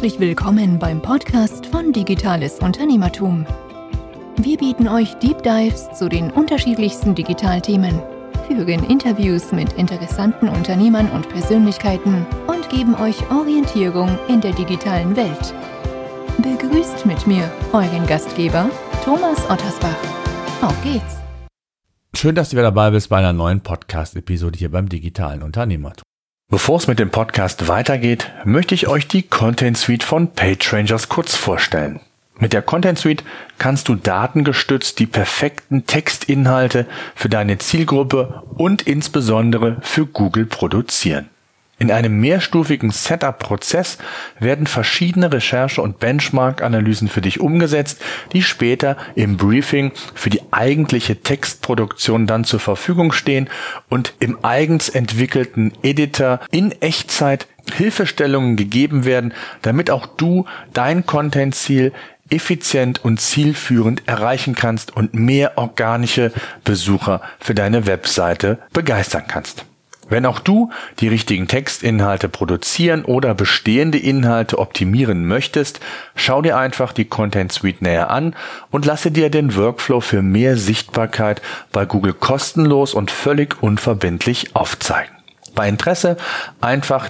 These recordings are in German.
Herzlich willkommen beim Podcast von Digitales Unternehmertum. Wir bieten euch Deep Dives zu den unterschiedlichsten Digitalthemen, führen Interviews mit interessanten Unternehmern und Persönlichkeiten und geben euch Orientierung in der digitalen Welt. Begrüßt mit mir euren Gastgeber Thomas Ottersbach. Auf geht's! Schön, dass du wieder dabei bist bei einer neuen Podcast-Episode hier beim digitalen Unternehmertum. Bevor es mit dem Podcast weitergeht, möchte ich euch die Content Suite von PageRangers kurz vorstellen. Mit der Content Suite kannst du datengestützt die perfekten Textinhalte für deine Zielgruppe und insbesondere für Google produzieren. In einem mehrstufigen Setup-Prozess werden verschiedene Recherche- und Benchmark-Analysen für dich umgesetzt, die später im Briefing für die eigentliche Textproduktion dann zur Verfügung stehen und im eigens entwickelten Editor in Echtzeit Hilfestellungen gegeben werden, damit auch du dein Content-Ziel effizient und zielführend erreichen kannst und mehr organische Besucher für deine Webseite begeistern kannst. Wenn auch du die richtigen Textinhalte produzieren oder bestehende Inhalte optimieren möchtest, schau dir einfach die Content Suite näher an und lasse dir den Workflow für mehr Sichtbarkeit bei Google kostenlos und völlig unverbindlich aufzeigen. Bei Interesse einfach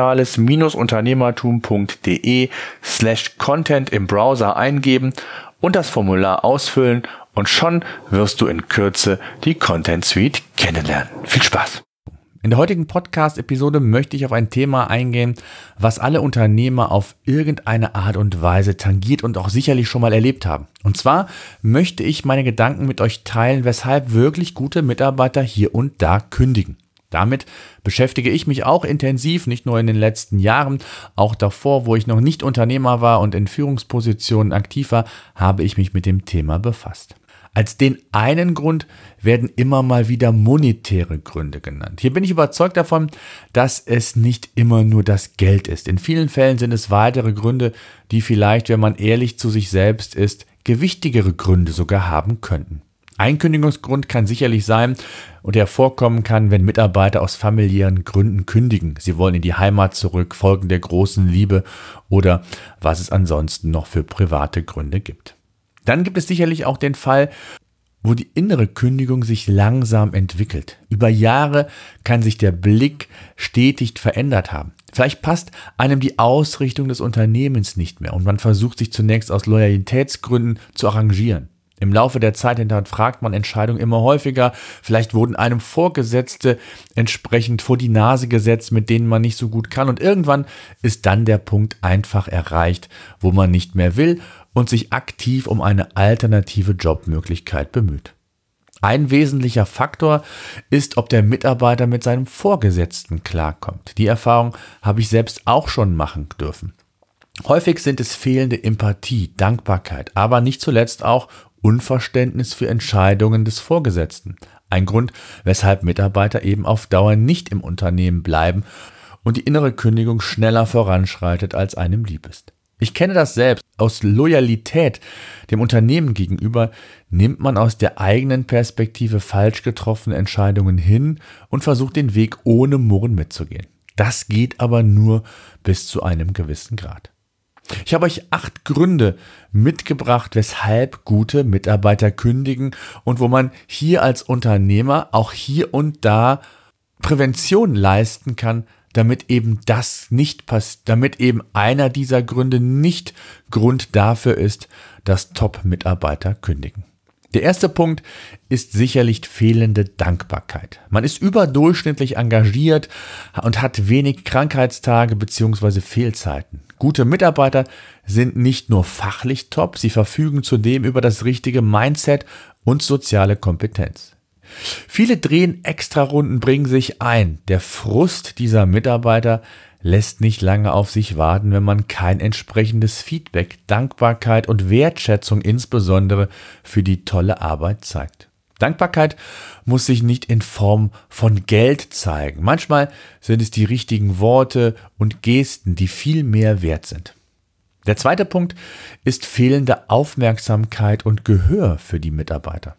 digitales-unternehmertum.de/content im Browser eingeben und das Formular ausfüllen und schon wirst du in Kürze die Content Suite kennenlernen. Viel Spaß! In der heutigen Podcast-Episode möchte ich auf ein Thema eingehen, was alle Unternehmer auf irgendeine Art und Weise tangiert und auch sicherlich schon mal erlebt haben. Und zwar möchte ich meine Gedanken mit euch teilen, weshalb wirklich gute Mitarbeiter hier und da kündigen. Damit beschäftige ich mich auch intensiv, nicht nur in den letzten Jahren, auch davor, wo ich noch nicht Unternehmer war und in Führungspositionen aktiv war, habe ich mich mit dem Thema befasst. Als den einen Grund werden immer mal wieder monetäre Gründe genannt. Hier bin ich überzeugt davon, dass es nicht immer nur das Geld ist. In vielen Fällen sind es weitere Gründe, die vielleicht, wenn man ehrlich zu sich selbst ist, gewichtigere Gründe sogar haben könnten. Ein Kündigungsgrund kann sicherlich sein und der vorkommen kann, wenn Mitarbeiter aus familiären Gründen kündigen. Sie wollen in die Heimat zurück, folgen der großen Liebe oder was es ansonsten noch für private Gründe gibt. Dann gibt es sicherlich auch den Fall, wo die innere Kündigung sich langsam entwickelt. Über Jahre kann sich der Blick stetig verändert haben. Vielleicht passt einem die Ausrichtung des Unternehmens nicht mehr und man versucht sich zunächst aus Loyalitätsgründen zu arrangieren. Im Laufe der Zeit hinterfragt man Entscheidungen immer häufiger. Vielleicht wurden einem Vorgesetzte entsprechend vor die Nase gesetzt, mit denen man nicht so gut kann. Und irgendwann ist dann der Punkt einfach erreicht, wo man nicht mehr will und sich aktiv um eine alternative Jobmöglichkeit bemüht. Ein wesentlicher Faktor ist, ob der Mitarbeiter mit seinem Vorgesetzten klarkommt. Die Erfahrung habe ich selbst auch schon machen dürfen. Häufig sind es fehlende Empathie, Dankbarkeit, aber nicht zuletzt auch Unverständnis für Entscheidungen des Vorgesetzten. Ein Grund, weshalb Mitarbeiter eben auf Dauer nicht im Unternehmen bleiben und die innere Kündigung schneller voranschreitet, als einem lieb ist. Ich kenne das selbst. Aus Loyalität dem Unternehmen gegenüber nimmt man aus der eigenen Perspektive falsch getroffene Entscheidungen hin und versucht den Weg ohne Murren mitzugehen. Das geht aber nur bis zu einem gewissen Grad. Ich habe euch 8 Gründe mitgebracht, weshalb gute Mitarbeiter kündigen und wo man hier als Unternehmer auch hier und da Prävention leisten kann, damit eben das nicht passiert, damit eben einer dieser Gründe nicht Grund dafür ist, dass Top-Mitarbeiter kündigen. Der erste Punkt ist sicherlich fehlende Dankbarkeit. Man ist überdurchschnittlich engagiert und hat wenig Krankheitstage bzw. Fehlzeiten. Gute Mitarbeiter sind nicht nur fachlich top, sie verfügen zudem über das richtige Mindset und soziale Kompetenz. Viele drehen Extrarunden, bringen sich ein. Der Frust dieser Mitarbeiter lässt nicht lange auf sich warten, wenn man kein entsprechendes Feedback, Dankbarkeit und Wertschätzung insbesondere für die tolle Arbeit zeigt. Dankbarkeit muss sich nicht in Form von Geld zeigen. Manchmal sind es die richtigen Worte und Gesten, die viel mehr wert sind. Der zweite Punkt ist fehlende Aufmerksamkeit und Gehör für die Mitarbeiter.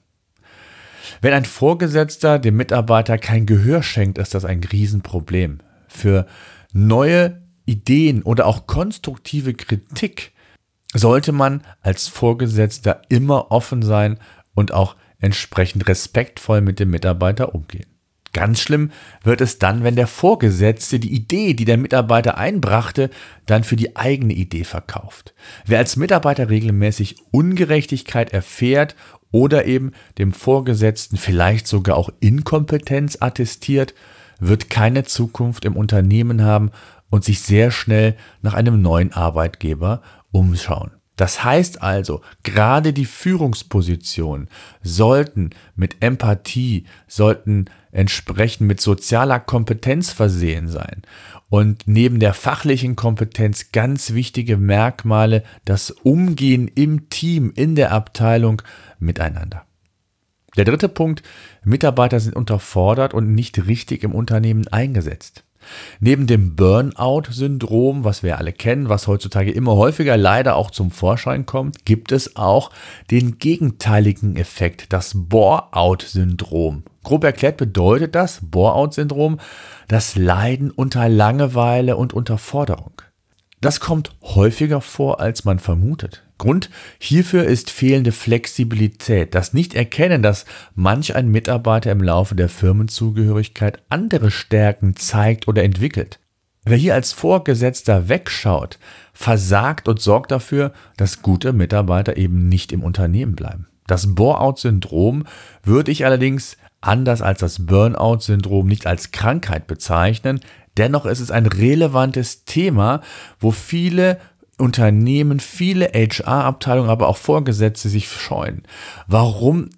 Wenn ein Vorgesetzter dem Mitarbeiter kein Gehör schenkt, ist das ein Riesenproblem. Für neue Ideen oder auch konstruktive Kritik sollte man als Vorgesetzter immer offen sein und auch entsprechend respektvoll mit dem Mitarbeiter umgehen. Ganz schlimm wird es dann, wenn der Vorgesetzte die Idee, die der Mitarbeiter einbrachte, dann für die eigene Idee verkauft. Wer als Mitarbeiter regelmäßig Ungerechtigkeit erfährt oder eben dem Vorgesetzten vielleicht sogar auch Inkompetenz attestiert, wird keine Zukunft im Unternehmen haben und sich sehr schnell nach einem neuen Arbeitgeber umschauen. Das heißt also, gerade die Führungspositionen sollten mit Empathie, sollten entsprechend mit sozialer Kompetenz versehen sein. Und neben der fachlichen Kompetenz ganz wichtige Merkmale, das Umgehen im Team, in der Abteilung miteinander. Der dritte Punkt, Mitarbeiter sind unterfordert und nicht richtig im Unternehmen eingesetzt. Neben dem Burnout-Syndrom, was wir alle kennen, was heutzutage immer häufiger leider auch zum Vorschein kommt, gibt es auch den gegenteiligen Effekt, das Bore-out-Syndrom. Grob erklärt bedeutet das Bore-out-Syndrom das Leiden unter Langeweile und Unterforderung. Das kommt häufiger vor, als man vermutet. Grund hierfür ist fehlende Flexibilität, das Nicht-Erkennen, dass manch ein Mitarbeiter im Laufe der Firmenzugehörigkeit andere Stärken zeigt oder entwickelt. Wer hier als Vorgesetzter wegschaut, versagt und sorgt dafür, dass gute Mitarbeiter eben nicht im Unternehmen bleiben. Das Bore-out-Syndrom würde ich allerdings, anders als das Burnout-Syndrom, nicht als Krankheit bezeichnen. Dennoch ist es ein relevantes Thema, wo viele Unternehmen, viele HR-Abteilungen, aber auch Vorgesetzte sich scheuen. Warum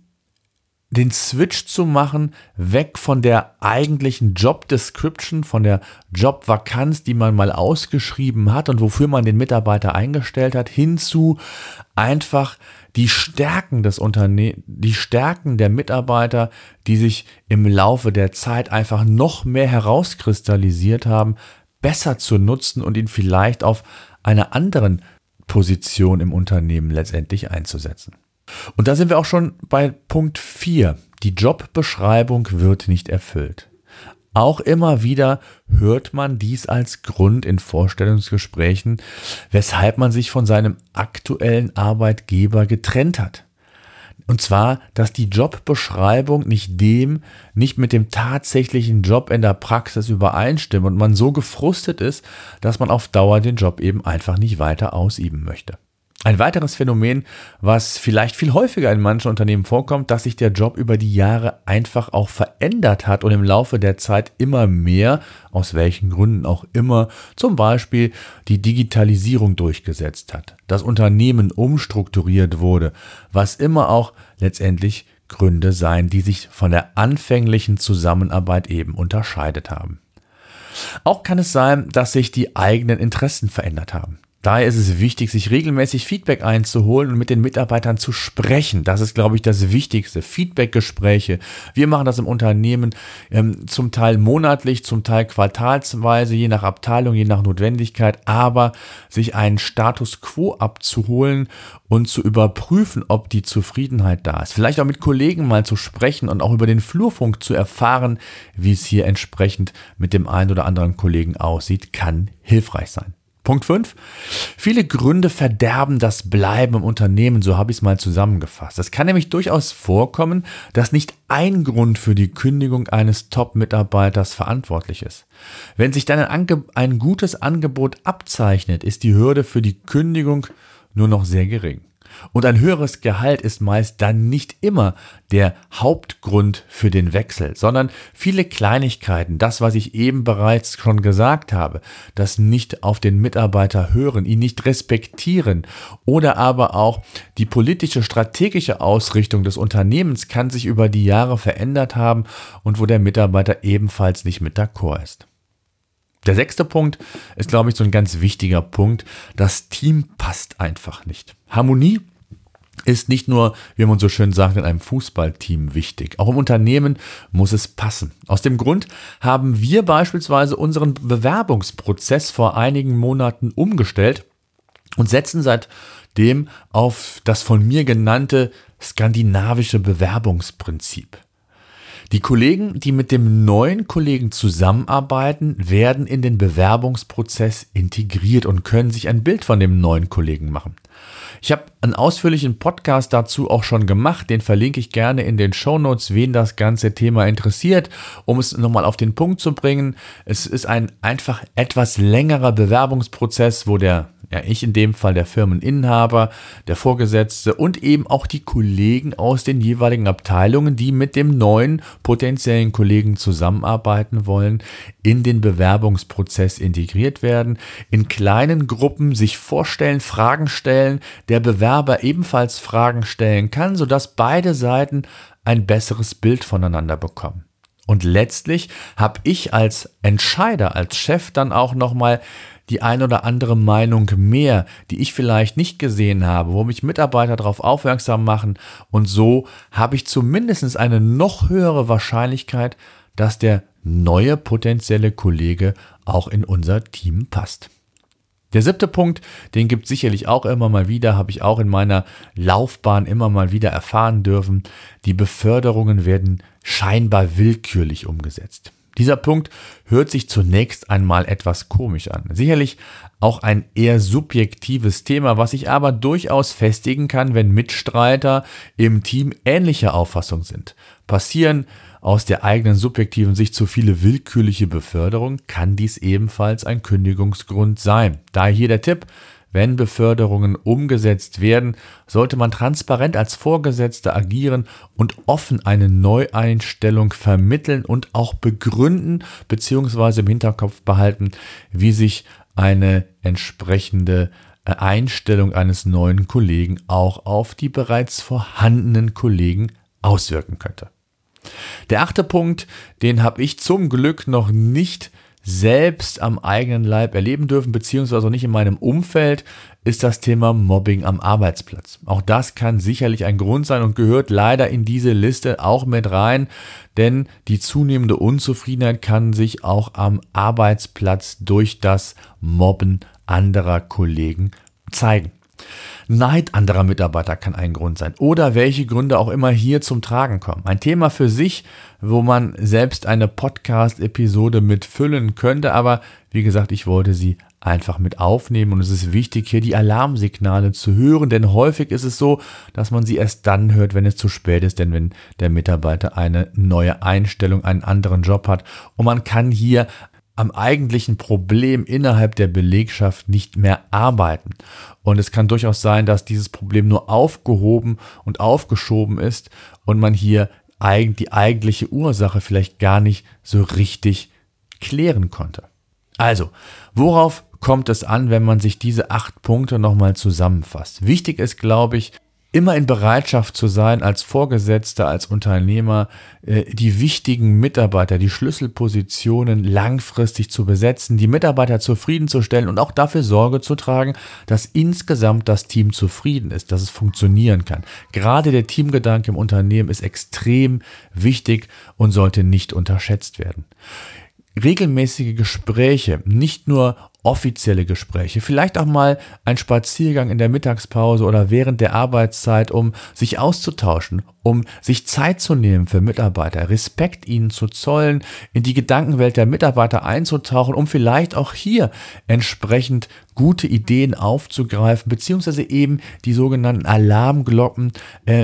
den Switch zu machen, weg von der eigentlichen Job Description, von der Jobvakanz, die man mal ausgeschrieben hat und wofür man den Mitarbeiter eingestellt hat, hin zu einfach die Stärken des Unternehmens, die Stärken der Mitarbeiter, die sich im Laufe der Zeit einfach noch mehr herauskristallisiert haben, besser zu nutzen und ihn vielleicht auf einer anderen Position im Unternehmen letztendlich einzusetzen. Und da sind wir auch schon bei Punkt 4. Die Jobbeschreibung wird nicht erfüllt. Auch immer wieder hört man dies als Grund in Vorstellungsgesprächen, weshalb man sich von seinem aktuellen Arbeitgeber getrennt hat. Und zwar, dass die Jobbeschreibung nicht mit dem tatsächlichen Job in der Praxis übereinstimmt und man so gefrustet ist, dass man auf Dauer den Job eben einfach nicht weiter ausüben möchte. Ein weiteres Phänomen, was vielleicht viel häufiger in manchen Unternehmen vorkommt, dass sich der Job über die Jahre einfach auch verändert hat und im Laufe der Zeit immer mehr, aus welchen Gründen auch immer, zum Beispiel die Digitalisierung durchgesetzt hat, das Unternehmen umstrukturiert wurde, was immer auch letztendlich Gründe seien, die sich von der anfänglichen Zusammenarbeit eben unterscheidet haben. Auch kann es sein, dass sich die eigenen Interessen verändert haben. Daher ist es wichtig, sich regelmäßig Feedback einzuholen und mit den Mitarbeitern zu sprechen. Das ist, glaube ich, das Wichtigste. Feedbackgespräche. Wir machen das im Unternehmen zum Teil monatlich, zum Teil quartalsweise, je nach Abteilung, je nach Notwendigkeit. Aber sich einen Status quo abzuholen und zu überprüfen, ob die Zufriedenheit da ist. Vielleicht auch mit Kollegen mal zu sprechen und auch über den Flurfunk zu erfahren, wie es hier entsprechend mit dem einen oder anderen Kollegen aussieht, kann hilfreich sein. Punkt 5. Viele Gründe verderben das Bleiben im Unternehmen, so habe ich es mal zusammengefasst. Es kann nämlich durchaus vorkommen, dass nicht ein Grund für die Kündigung eines Top-Mitarbeiters verantwortlich ist. Wenn sich dann ein gutes Angebot abzeichnet, ist die Hürde für die Kündigung nur noch sehr gering. Und ein höheres Gehalt ist meist dann nicht immer der Hauptgrund für den Wechsel, sondern viele Kleinigkeiten, das, was ich eben bereits schon gesagt habe, das nicht auf den Mitarbeiter hören, ihn nicht respektieren oder aber auch die politische, strategische Ausrichtung des Unternehmens kann sich über die Jahre verändert haben und wo der Mitarbeiter ebenfalls nicht mit d'accord ist. Der 6. Punkt ist, glaube ich, so ein ganz wichtiger Punkt. Das Team passt einfach nicht. Harmonie ist nicht nur, wie man so schön sagt, in einem Fußballteam wichtig. Auch im Unternehmen muss es passen. Aus dem Grund haben wir beispielsweise unseren Bewerbungsprozess vor einigen Monaten umgestellt und setzen seitdem auf das von mir genannte skandinavische Bewerbungsprinzip. Die Kollegen, die mit dem neuen Kollegen zusammenarbeiten, werden in den Bewerbungsprozess integriert und können sich ein Bild von dem neuen Kollegen machen. Ich habe einen ausführlichen Podcast dazu auch schon gemacht, den verlinke ich gerne in den Shownotes, wen das ganze Thema interessiert, um es nochmal auf den Punkt zu bringen. Es ist ein einfach etwas längerer Bewerbungsprozess, wo ich in dem Fall der Firmeninhaber, der Vorgesetzte und eben auch die Kollegen aus den jeweiligen Abteilungen, die mit dem neuen potenziellen Kollegen zusammenarbeiten wollen, in den Bewerbungsprozess integriert werden, in kleinen Gruppen sich vorstellen, Fragen stellen, der Bewerber ebenfalls Fragen stellen kann, sodass beide Seiten ein besseres Bild voneinander bekommen. Und letztlich habe ich als Entscheider, als Chef dann auch nochmal die ein oder andere Meinung mehr, die ich vielleicht nicht gesehen habe, wo mich Mitarbeiter darauf aufmerksam machen, und so habe ich zumindest eine noch höhere Wahrscheinlichkeit, dass der neue potenzielle Kollege auch in unser Team passt. Der 7. Punkt, den gibt es sicherlich auch immer mal wieder, habe ich auch in meiner Laufbahn immer mal wieder erfahren dürfen. Die Beförderungen werden scheinbar willkürlich umgesetzt. Dieser Punkt hört sich zunächst einmal etwas komisch an. Sicherlich auch ein eher subjektives Thema, was ich aber durchaus festigen kann, wenn Mitstreiter im Team ähnlicher Auffassung sind. Passieren aus der eigenen subjektiven Sicht zu viele willkürliche Beförderungen, kann dies ebenfalls ein Kündigungsgrund sein. Daher hier der Tipp: Wenn Beförderungen umgesetzt werden, sollte man transparent als Vorgesetzter agieren und offen eine Neueinstellung vermitteln und auch begründen bzw. im Hinterkopf behalten, wie sich eine entsprechende Einstellung eines neuen Kollegen auch auf die bereits vorhandenen Kollegen auswirken könnte. Der 8. Punkt, den habe ich zum Glück noch nicht selbst am eigenen Leib erleben dürfen, beziehungsweise auch nicht in meinem Umfeld, ist das Thema Mobbing am Arbeitsplatz. Auch das kann sicherlich ein Grund sein und gehört leider in diese Liste auch mit rein, denn die zunehmende Unzufriedenheit kann sich auch am Arbeitsplatz durch das Mobben anderer Kollegen zeigen. Neid anderer Mitarbeiter kann ein Grund sein oder welche Gründe auch immer hier zum Tragen kommen. Ein Thema für sich, wo man selbst eine Podcast-Episode mit füllen könnte, aber wie gesagt, ich wollte sie einfach mit aufnehmen und es ist wichtig, hier die Alarmsignale zu hören, denn häufig ist es so, dass man sie erst dann hört, wenn es zu spät ist, denn wenn der Mitarbeiter eine neue Einstellung, einen anderen Job hat und man kann hier am eigentlichen Problem innerhalb der Belegschaft nicht mehr arbeiten. Und es kann durchaus sein, dass dieses Problem nur aufgehoben und aufgeschoben ist und man hier die eigentliche Ursache vielleicht gar nicht so richtig klären konnte. Also, worauf kommt es an, wenn man sich diese 8 Punkte nochmal zusammenfasst? Wichtig ist, glaube ich, immer in Bereitschaft zu sein, als Vorgesetzter, als Unternehmer, die wichtigen Mitarbeiter, die Schlüsselpositionen langfristig zu besetzen, die Mitarbeiter zufriedenzustellen und auch dafür Sorge zu tragen, dass insgesamt das Team zufrieden ist, dass es funktionieren kann. Gerade der Teamgedanke im Unternehmen ist extrem wichtig und sollte nicht unterschätzt werden. Regelmäßige Gespräche, nicht nur offizielle Gespräche, vielleicht auch mal ein Spaziergang in der Mittagspause oder während der Arbeitszeit, um sich auszutauschen, um sich Zeit zu nehmen für Mitarbeiter, Respekt ihnen zu zollen, in die Gedankenwelt der Mitarbeiter einzutauchen, um vielleicht auch hier entsprechend gute Ideen aufzugreifen, beziehungsweise eben die sogenannten Alarmglocken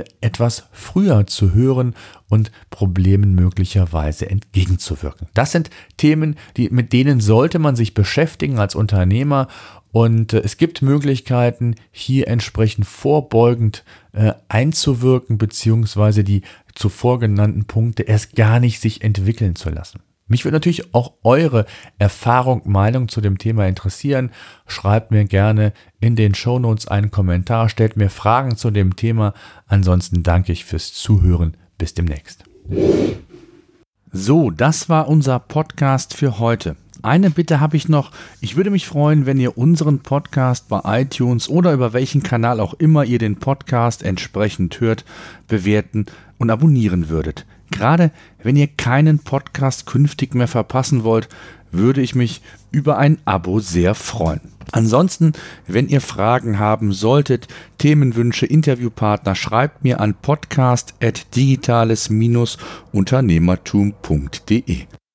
etwas früher zu hören und Problemen möglicherweise entgegenzuwirken. Das sind Themen, mit denen sollte man sich beschäftigen als Unternehmer und es gibt Möglichkeiten, hier entsprechend vorbeugend einzuwirken, beziehungsweise die zuvor genannten Punkte erst gar nicht sich entwickeln zu lassen. Mich würde natürlich auch eure Erfahrung, Meinung zu dem Thema interessieren. Schreibt mir gerne in den Shownotes einen Kommentar, stellt mir Fragen zu dem Thema. Ansonsten danke ich fürs Zuhören. Bis demnächst. So, das war unser Podcast für heute. Eine Bitte habe ich noch. Ich würde mich freuen, wenn ihr unseren Podcast bei iTunes oder über welchen Kanal auch immer ihr den Podcast entsprechend hört, bewerten und abonnieren würdet. Gerade wenn ihr keinen Podcast künftig mehr verpassen wollt, würde ich mich über ein Abo sehr freuen. Ansonsten, wenn ihr Fragen haben solltet, Themenwünsche, Interviewpartner, schreibt mir an podcast@digitales-unternehmertum.de.